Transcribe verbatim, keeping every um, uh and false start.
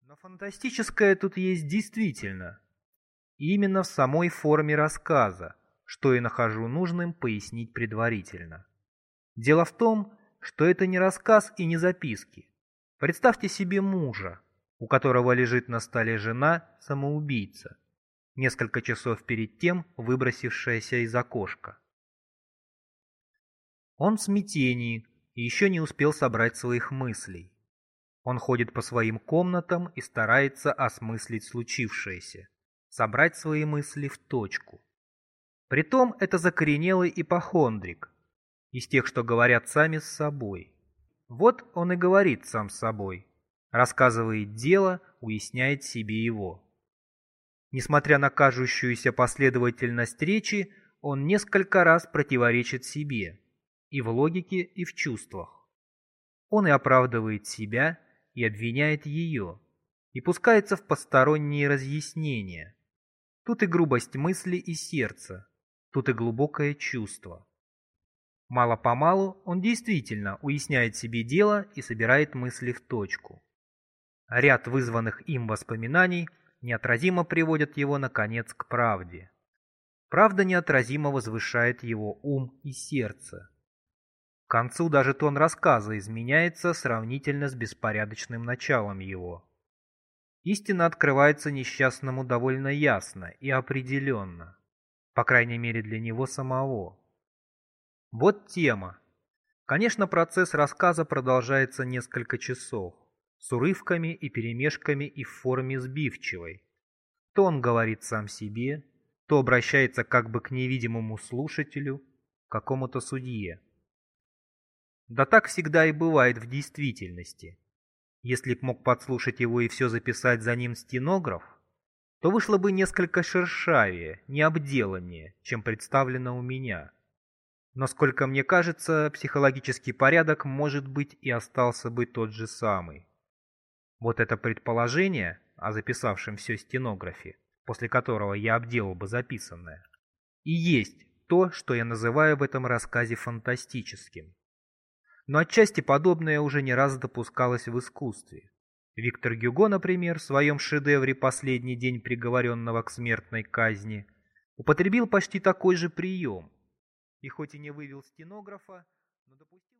Но фантастическое тут есть действительно. И именно в самой форме рассказа, что я нахожу нужным пояснить предварительно. Дело в том, что это не рассказ и не записки. Представьте себе мужа, у которого лежит на столе жена-самоубийца, несколько часов перед тем выбросившаяся из окошка. Он в смятении и еще не успел собрать своих мыслей. Он ходит по своим комнатам и старается осмыслить случившееся, собрать свои мысли в точку. Притом это закоренелый ипохондрик, из тех, что говорят сами с собой. Вот он и говорит сам с собой, рассказывает дело, уясняет себе его. Несмотря на кажущуюся последовательность речи, он несколько раз противоречит себе, и в логике, и в чувствах. Он и оправдывает себя, и обвиняет ее, и пускается в посторонние разъяснения. Тут и грубость мысли и сердца, тут и глубокое чувство. Мало-помалу он действительно уясняет себе дело и собирает мысли в точку. Ряд вызванных им воспоминаний неотразимо приводят его, наконец, к правде. Правда неотразимо возвышает его ум и сердце. К концу даже тон рассказа изменяется сравнительно с беспорядочным началом его. Истина открывается несчастному довольно ясно и определенно, по крайней мере для него самого. Вот тема. Конечно, процесс рассказа продолжается несколько часов, с урывками и перемешками и в форме сбивчивой. То он говорит сам себе, то обращается как бы к невидимому слушателю, к какому-то судье. Да так всегда и бывает в действительности. Если б мог подслушать его и все записать за ним стенограф, то вышло бы несколько шершавее, необделаннее, чем представлено у меня. Но, сколько мне кажется, психологический порядок, может быть, и остался бы тот же самый. Вот это предположение о записавшем все стенографе, после которого я обделал бы записанное, и есть то, что я называю в этом рассказе фантастическим. Но отчасти подобное уже не раз допускалось в искусстве. Виктор Гюго, например, в своем шедевре «Последний день приговоренного к смертной казни» употребил почти такой же прием, и хоть и не вывел стенографа, но допустил